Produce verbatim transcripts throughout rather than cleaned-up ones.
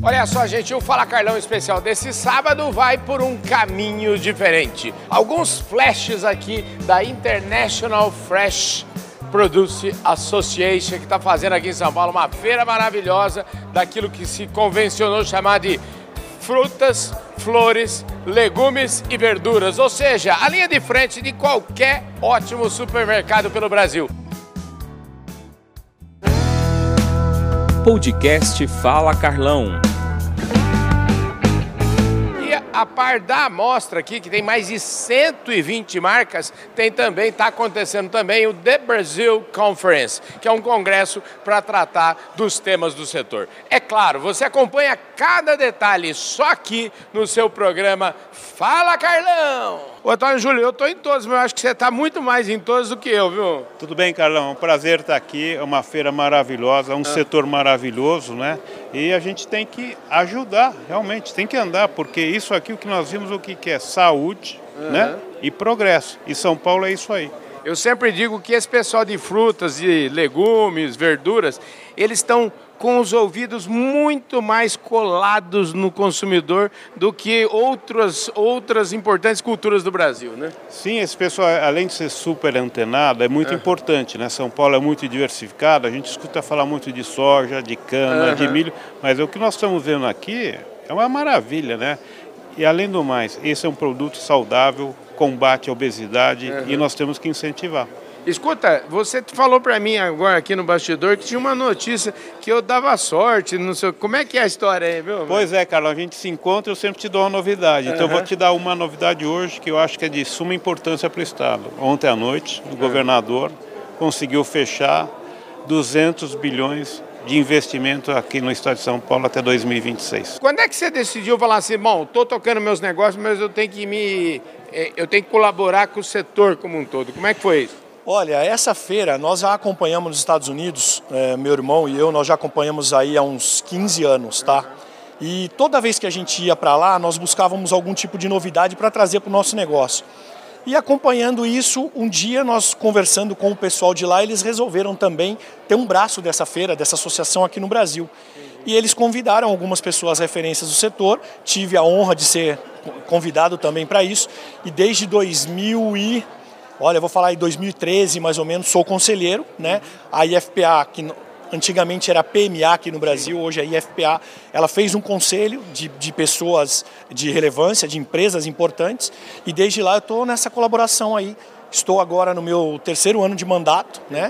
Olha só, gente, o Fala Carlão especial desse sábado vai por um caminho diferente. Alguns flashes aqui da International Fresh Produce Association, que está fazendo aqui em São Paulo uma feira maravilhosa daquilo que se convencionou chamar de frutas, flores, legumes e verduras, ou seja, a linha de frente de qualquer ótimo supermercado pelo Brasil. Podcast Fala Carlão. A par da amostra aqui, que tem mais de cento e vinte marcas, tem também, está acontecendo também o The Brazil Conference, que é um congresso para tratar dos temas do setor. É claro, você acompanha cada detalhe só aqui no seu programa Fala Carlão! Ô, Antônio Júlio, eu estou em todos, mas eu acho que você está muito mais em todos do que eu, viu? Tudo bem, Carlão, é um prazer estar aqui, é uma feira maravilhosa, um ah. setor maravilhoso, né? E a gente tem que ajudar, realmente, tem que andar, porque isso aqui, o que nós vimos, o que é saúde, uhum. né? E progresso. E São Paulo é isso aí. Eu sempre digo que esse pessoal de frutas, de legumes, verduras, eles estão com os ouvidos muito mais colados no consumidor do que outras, outras importantes culturas do Brasil, né? Sim, esse pessoal, além de ser super antenado, é muito uhum. importante, né? São Paulo é muito diversificado, a gente escuta falar muito de soja, de cana, uhum. de milho, mas o que nós estamos vendo aqui é uma maravilha, né? E além do mais, esse é um produto saudável, combate a obesidade uhum. e nós temos que incentivar. Escuta, você falou para mim agora aqui no bastidor que tinha uma notícia que eu dava sorte, não sei, como é que é a história aí, viu? Pois é, Carlos, a gente se encontra e eu sempre te dou uma novidade. Uhum. Então eu vou te dar uma novidade hoje que eu acho que é de suma importância para o Estado. Ontem à noite, o uhum. governador conseguiu fechar duzentos bilhões de investimento aqui no Estado de São Paulo até dois mil e vinte e seis. Quando é que você decidiu falar assim, bom, estou tocando meus negócios, mas eu tenho que me, eu tenho que colaborar com o setor como um todo? Como é que foi isso? Olha, essa feira nós já acompanhamos nos Estados Unidos, é, meu irmão e eu, nós já acompanhamos aí há uns quinze anos, tá? E toda vez que a gente ia para lá, nós buscávamos algum tipo de novidade para trazer para o nosso negócio. E acompanhando isso, um dia nós conversando com o pessoal de lá, eles resolveram também ter um braço dessa feira, dessa associação aqui no Brasil. E eles convidaram algumas pessoas referências do setor, tive a honra de ser convidado também para isso, e desde dois mil e... Olha, eu vou falar em dois mil e treze, mais ou menos, sou conselheiro, né? A I F P A, que antigamente era P M A aqui no Brasil, hoje é I F P A, ela fez um conselho de, de pessoas de relevância, de empresas importantes, e desde lá eu estou nessa colaboração aí. Estou agora no meu terceiro ano de mandato, né?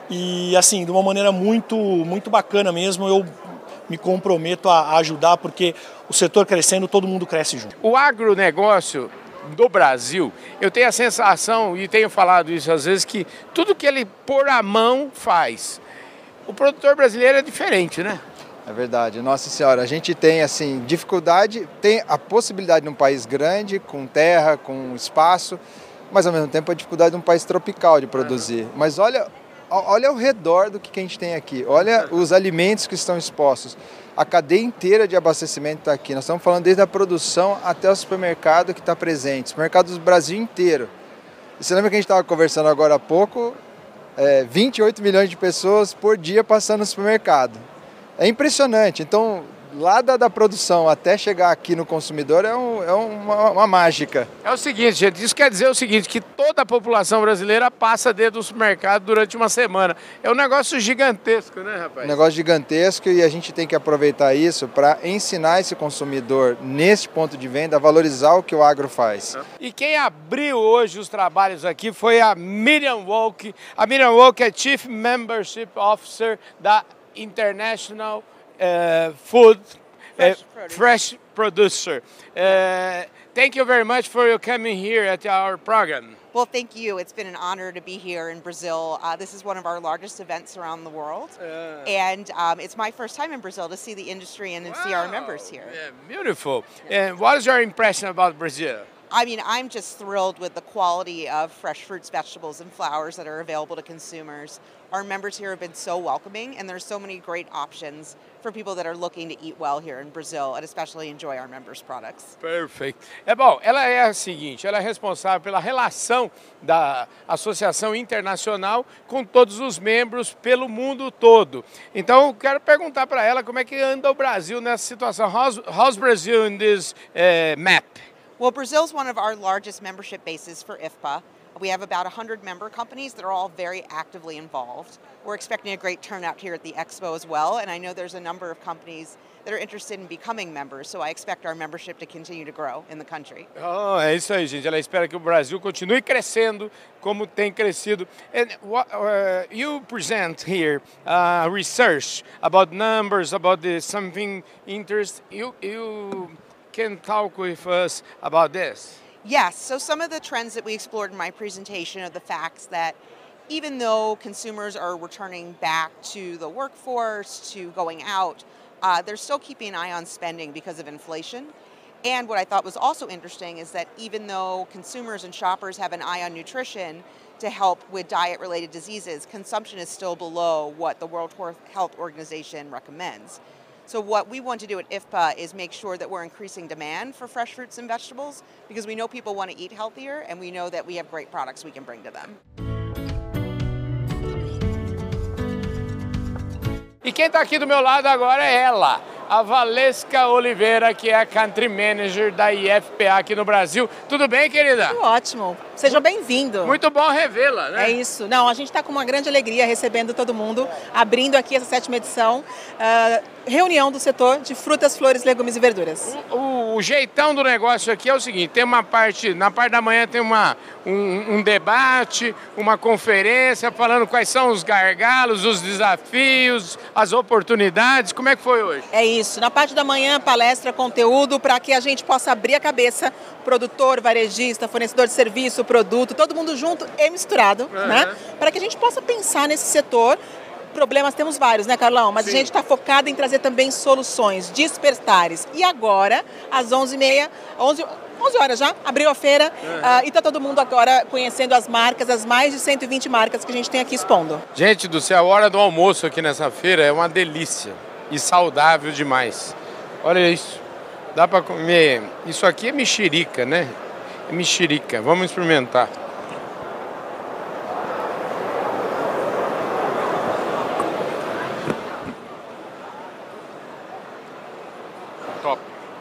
E assim, de uma maneira muito, muito bacana mesmo, eu me comprometo a ajudar, porque o setor crescendo, todo mundo cresce junto. O agronegócio do Brasil, eu tenho a sensação, e tenho falado isso às vezes, que tudo que ele pôr a mão faz. O produtor brasileiro é diferente, né? É verdade, nossa senhora, a gente tem assim, dificuldade, tem a possibilidade de um país grande, com terra, com espaço, mas ao mesmo tempo a dificuldade de um país tropical de produzir. Mas olha, olha ao redor do que a gente tem aqui, olha os alimentos que estão expostos. A cadeia inteira de abastecimento está aqui. Nós estamos falando desde a produção até o supermercado que está presente. Supermercado do Brasil inteiro. E você lembra que a gente estava conversando agora há pouco? É, vinte e oito milhões de pessoas por dia passando no supermercado. É impressionante. Então, lá da, da produção até chegar aqui no consumidor é, um, é uma, uma mágica. É o seguinte, gente, isso quer dizer o seguinte, que toda a população brasileira passa dentro do supermercado durante uma semana. É um negócio gigantesco, né, rapaz? Um negócio gigantesco, e a gente tem que aproveitar isso para ensinar esse consumidor, nesse ponto de venda, a valorizar o que o agro faz. E quem abriu hoje os trabalhos aqui foi a Miriam Wolk. A Miriam Wolk é Chief Membership Officer da International Uh, food, fresh, uh, produce. fresh producer. Uh, thank you very much for your coming here at our program. Well, thank you. It's been an honor to be here in Brazil. Uh, this is one of our largest events around the world. Uh, and um, it's my first time in Brazil to see the industry and wow. see our members here. Yeah, beautiful. And what is your impression about Brazil? I mean, I'm just thrilled with the quality of fresh fruits, vegetables, and flowers that are available to consumers. Our members here have been so welcoming, and there's so many great options for people that are looking to eat well here in Brazil, and especially enjoy our members' products. Perfeito. É bom, ela é a seguinte, ela é responsável pela relação da Associação Internacional com todos os membros pelo mundo todo. Então, eu quero perguntar para ela como é que anda o Brasil nessa situação. How's, how's Brazil in this uh, map? Well, Brazil is one of our largest membership bases for I F P A. We have about one hundred member companies that are all very actively involved. We're expecting a great turnout here at the Expo as well, and I know there's a number of companies that are interested in becoming members, so I expect our membership to continue to grow in the country. Oh, é isso aí, gente. Ela espera que o Brasil continue crescendo como tem crescido. And what, uh, you present here uh, research about numbers, about the something interest. You, you can talk with us about this? Yes, so some of the trends that we explored in my presentation are the facts that even though consumers are returning back to the workforce, to going out, uh, they're still keeping an eye on spending because of inflation. And what I thought was also interesting is that even though consumers and shoppers have an eye on nutrition to help with diet-related diseases, consumption is still below what the World Health Organization recommends. So what we want to do at I F P A is make sure that we're increasing demand for fresh fruits and vegetables because we know people want to eat healthier and we know that we have great products we can bring to them. E quem está aqui do meu lado agora é ela, a Valesca Oliveira, que é a Country Manager da I F P A aqui no Brasil. Tudo bem, querida? Tudo ótimo. Seja bem-vindo. Muito bom revê-la, né? É isso. Não, a gente está com uma grande alegria recebendo todo mundo, abrindo aqui essa sétima edição, uh, reunião do setor de frutas, flores, legumes e verduras. O, o, o jeitão do negócio aqui é o seguinte, tem uma parte, na parte da manhã tem uma, um, um debate, uma conferência falando quais são os gargalos, os desafios, as oportunidades. Como é que foi hoje? É isso. Na parte da manhã, palestra, conteúdo, para que a gente possa abrir a cabeça, produtor, varejista, fornecedor de serviço, produto, todo mundo junto e misturado, uhum. né? Para que a gente possa pensar nesse setor. Problemas temos vários, né, Carlão? Mas Sim. a gente está focado em trazer também soluções, despertares. E agora, às onze e meia, onze horas já, abriu a feira uhum. uh, e está todo mundo agora conhecendo as marcas, as mais de cento e vinte marcas que a gente tem aqui expondo. Gente do céu, a hora do almoço aqui nessa feira é uma delícia e saudável demais. Olha isso, dá para comer. Isso aqui é mexerica, né? É mexerica, vamos experimentar. Top.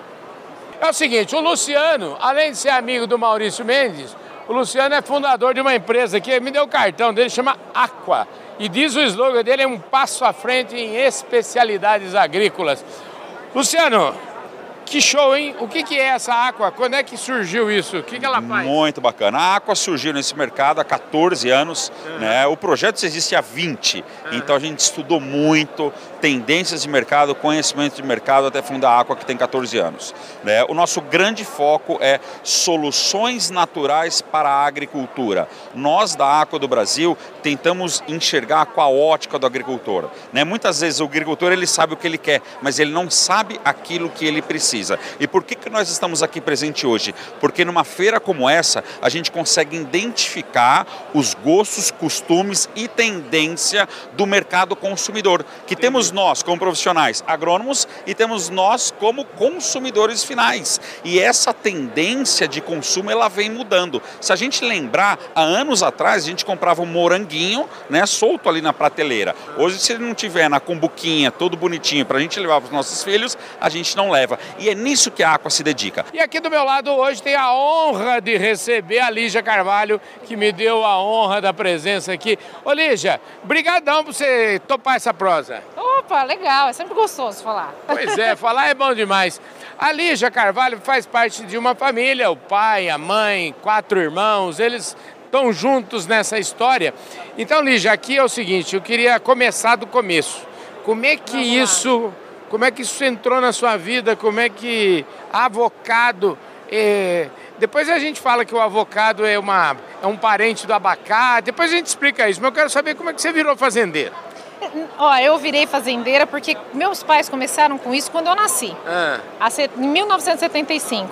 É o seguinte, o Luciano, além de ser amigo do Maurício Mendes, o Luciano é fundador de uma empresa que me deu o cartão dele, chama Aqua. E diz o slogan dele, é um passo à frente em especialidades agrícolas. Luciano, que show, hein? O que, que é essa Aqua? Quando é que surgiu isso? O que, que ela faz? Muito bacana. A Aqua surgiu nesse mercado há quatorze anos. Uhum. Né? O projeto existe há vinte. Uhum. Então a gente estudou muito tendências de mercado, conhecimento de mercado até fundar a Aqua, que tem quatorze anos. Né? O nosso grande foco é soluções naturais para a agricultura. Nós da Aqua do Brasil tentamos enxergar com a ótica do agricultor. Né? Muitas vezes o agricultor ele sabe o que ele quer, mas ele não sabe aquilo que ele precisa. E por que, que nós estamos aqui presente hoje? Porque numa feira como essa, a gente consegue identificar os gostos, costumes e tendência do mercado consumidor, que temos nós como profissionais agrônomos e temos nós como consumidores finais. E essa tendência de consumo, ela vem mudando. Se a gente lembrar, há anos atrás, a gente comprava um moranguinho, né, solto ali na prateleira. Hoje, se ele não tiver na cumbuquinha, todo bonitinho, para a gente levar para os nossos filhos, a gente não leva. E é nisso que a Aqua se dedica. E aqui do meu lado hoje tem a honra de receber a Lígia Carvalho, que me deu a honra da presença aqui. Ô Lígia, brigadão por você topar essa prosa. Opa, legal, é sempre gostoso falar. Pois é, falar é bom demais. A Lígia Carvalho faz parte de uma família, o pai, a mãe, quatro irmãos, eles estão juntos nessa história. Então, Lígia, aqui é o seguinte, eu queria começar do começo. Como é que isso... Como é que isso entrou na sua vida? Como é que avocado... É... Depois a gente fala que o avocado é, uma, é um parente do abacate, depois a gente explica isso, mas eu quero saber como é que você virou fazendeira. Ó, eu virei fazendeira porque meus pais começaram com isso quando eu nasci, ah. em mil novecentos e setenta e cinco.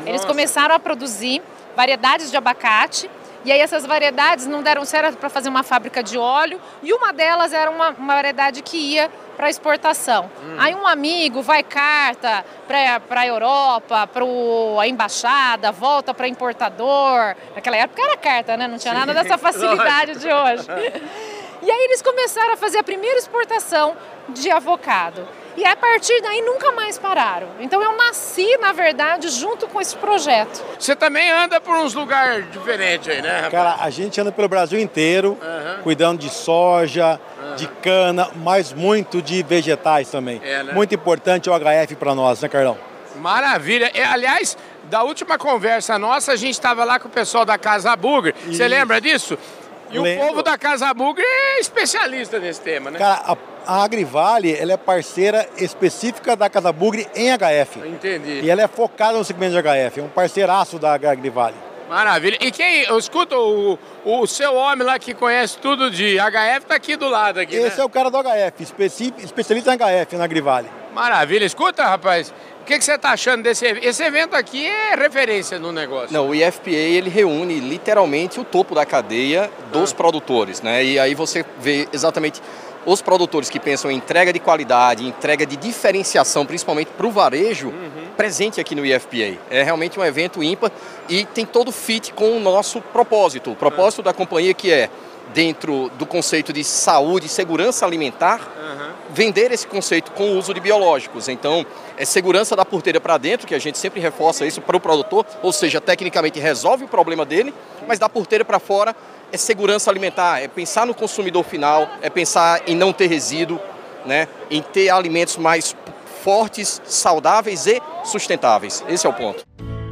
Eles começaram a produzir variedades de abacate. E aí essas variedades não deram certo para fazer uma fábrica de óleo e uma delas era uma, uma variedade que ia para exportação. Hum. Aí um amigo vai carta para a Europa, para a embaixada, volta para importador. Naquela época era carta, né? Não tinha Sim. nada dessa facilidade de hoje. E aí eles começaram a fazer a primeira exportação de avocado. E a partir daí nunca mais pararam. Então eu nasci, na verdade, junto com esse projeto. Você também anda por uns lugares diferentes aí, né, rapaz? Cara, a gente anda pelo Brasil inteiro, uhum. cuidando de soja, uhum. de cana, mas muito de vegetais também. É, né? Muito importante o H F para nós, né, Carlão? Maravilha. É, aliás, da última conversa nossa, a gente estava lá com o pessoal da Casa Bugre. Você lembra disso? E Lembro. O povo da Casa Bugre é especialista nesse tema, né? Cara, a, a Agrivale, ela é parceira específica da Casa Bugre em H F. Entendi. E ela é focada no segmento de H F, é um parceiraço da Agrivale. Maravilha. E quem, eu escuto, o, o seu homem lá que conhece tudo de H F tá aqui do lado. Aqui, Esse né? é o cara do H F, especialista em H F na Agrivale. Maravilha. Escuta, rapaz, o que, que você está achando desse evento? Esse evento aqui é referência no negócio. Não, o I F P A ele reúne literalmente o topo da cadeia dos ah. produtores, né? E aí você vê exatamente os produtores que pensam em entrega de qualidade, entrega de diferenciação, principalmente para o varejo, uhum. presente aqui no I F P A. É realmente um evento ímpar e tem todo fit com o nosso propósito. O propósito ah. da companhia que é, dentro do conceito de saúde e segurança alimentar, uhum. vender esse conceito com o uso de biológicos. Então, é segurança da porteira para dentro, que a gente sempre reforça isso para o produtor, ou seja, tecnicamente resolve o problema dele, mas da porteira para fora é segurança alimentar, é pensar no consumidor final, é pensar em não ter resíduo, né, em ter alimentos mais fortes, saudáveis e sustentáveis. Esse é o ponto.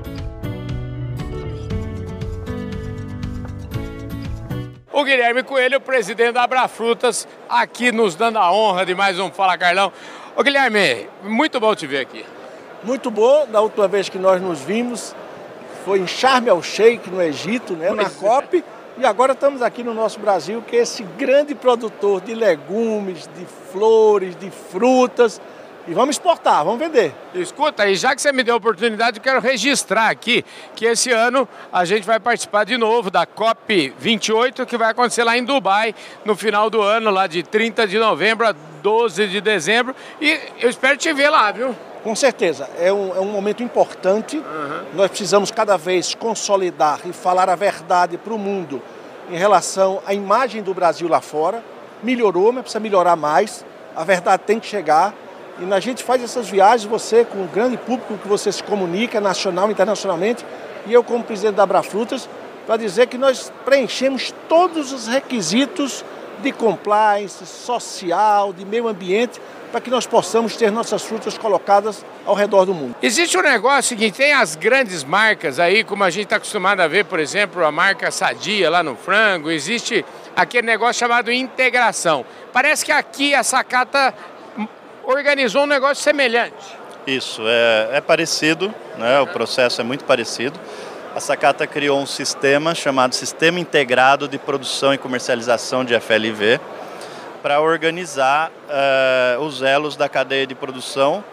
O Guilherme Coelho, presidente da Abrafrutas, aqui nos dando a honra de mais um Fala Carlão. Ô Guilherme, muito bom te ver aqui. Muito bom, da última vez que nós nos vimos foi em Sharm el-Sheikh, no Egito, né, na COP, e agora estamos aqui no nosso Brasil, que é esse grande produtor de legumes, de flores, de frutas. E vamos exportar, vamos vender. Escuta, e já que você me deu a oportunidade, eu quero registrar aqui que esse ano a gente vai participar de novo da COP vinte e oito, que vai acontecer lá em Dubai, no final do ano, lá de trinta de novembro a doze de dezembro. E eu espero te ver lá, viu? Com certeza, é um, é um momento importante. Uhum. Nós precisamos cada vez consolidar e falar a verdade para o mundo em relação à imagem do Brasil lá fora. Melhorou, mas precisa melhorar mais. A verdade tem que chegar. E a gente faz essas viagens, você com o grande público que você se comunica, nacional e internacionalmente, e eu como presidente da Abrafrutas, para dizer que nós preenchemos todos os requisitos de compliance, social, de meio ambiente, para que nós possamos ter nossas frutas colocadas ao redor do mundo. Existe um negócio seguinte, tem as grandes marcas aí, como a gente está acostumado a ver, por exemplo, a marca Sadia lá no frango, existe aquele negócio chamado integração. Parece que aqui a Sacata organizou um negócio semelhante. Isso, é, é parecido, né? O processo é muito parecido. A Sacata criou um sistema chamado Sistema Integrado de Produção e Comercialização de F L V para organizar uh, os elos da cadeia de produção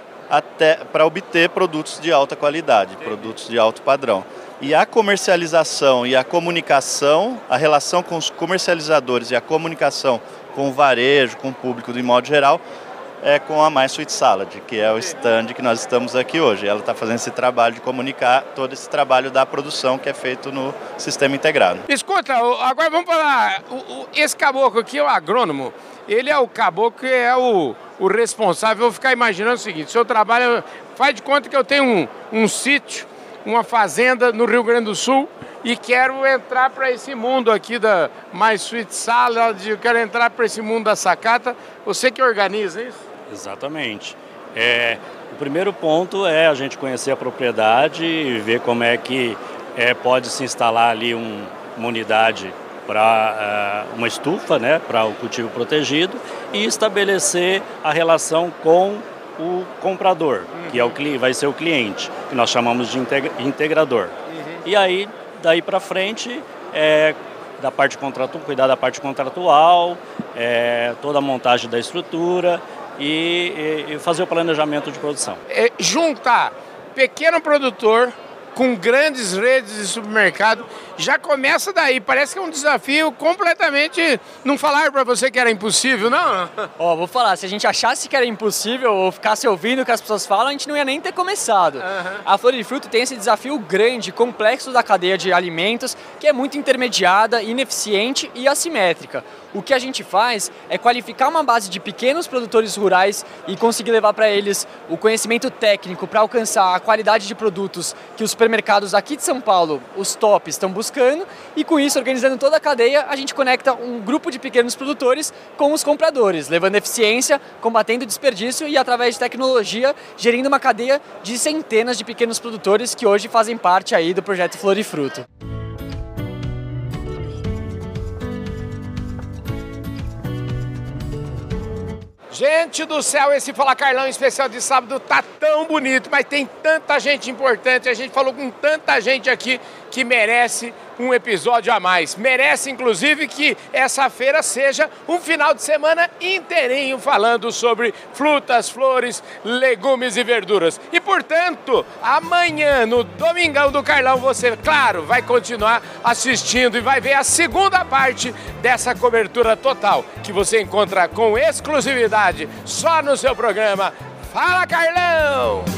até para obter produtos de alta qualidade, Entendi. produtos de alto padrão. E a comercialização e a comunicação, a relação com os comercializadores e a comunicação com o varejo, com o público de modo geral, é com a My Sweet Salad, que é o stand que nós estamos aqui hoje. Ela está fazendo esse trabalho de comunicar todo esse trabalho da produção que é feito no sistema integrado. Escuta, agora vamos falar, o, o, esse caboclo aqui, o agrônomo, ele é o caboclo que é o, o responsável. Eu vou ficar imaginando o seguinte, seu trabalho, faz de conta que eu tenho um, um sítio, uma fazenda no Rio Grande do Sul e quero entrar para esse mundo aqui da My Sweet Salad, eu quero entrar para esse mundo da Sacata. Você que organiza isso? Exatamente. É, o primeiro ponto é a gente conhecer a propriedade e ver como é que é, pode se instalar ali um, uma unidade para uh, uma estufa, né, para o cultivo protegido e estabelecer a relação com o comprador, uhum. que é o, vai ser o cliente, que nós chamamos de integra, integrador. Uhum. E aí, daí para frente, é, da parte contratual, cuidar da parte contratual, é, toda a montagem da estrutura e, e, e fazer o planejamento de produção. É, juntar pequeno produtor com grandes redes de supermercado. Já começa daí, parece que é um desafio completamente... Não falaram para você que era impossível, não? Ó, oh, vou falar, se a gente achasse que era impossível ou ficasse ouvindo o que as pessoas falam, a gente não ia nem ter começado. Uhum. A Florifruto tem esse desafio grande, complexo da cadeia de alimentos, que é muito intermediada, ineficiente e assimétrica. O que a gente faz é qualificar uma base de pequenos produtores rurais e conseguir levar para eles o conhecimento técnico para alcançar a qualidade de produtos que os supermercados aqui de São Paulo, os tops, estão buscando. E com isso, organizando toda a cadeia, a gente conecta um grupo de pequenos produtores com os compradores, levando eficiência, combatendo desperdício e, através de tecnologia, gerindo uma cadeia de centenas de pequenos produtores que hoje fazem parte aí do projeto Florifruto. Gente do céu, esse Fala Carlão especial de sábado tá tão bonito, mas tem tanta gente importante, a gente falou com tanta gente aqui que merece um episódio a mais. Merece, inclusive, que essa feira seja um final de semana inteirinho falando sobre frutas, flores, legumes e verduras. E, portanto, amanhã, no Domingão do Carlão, você, claro, vai continuar assistindo e vai ver a segunda parte dessa cobertura total, que você encontra com exclusividade só no seu programa Fala Carlão!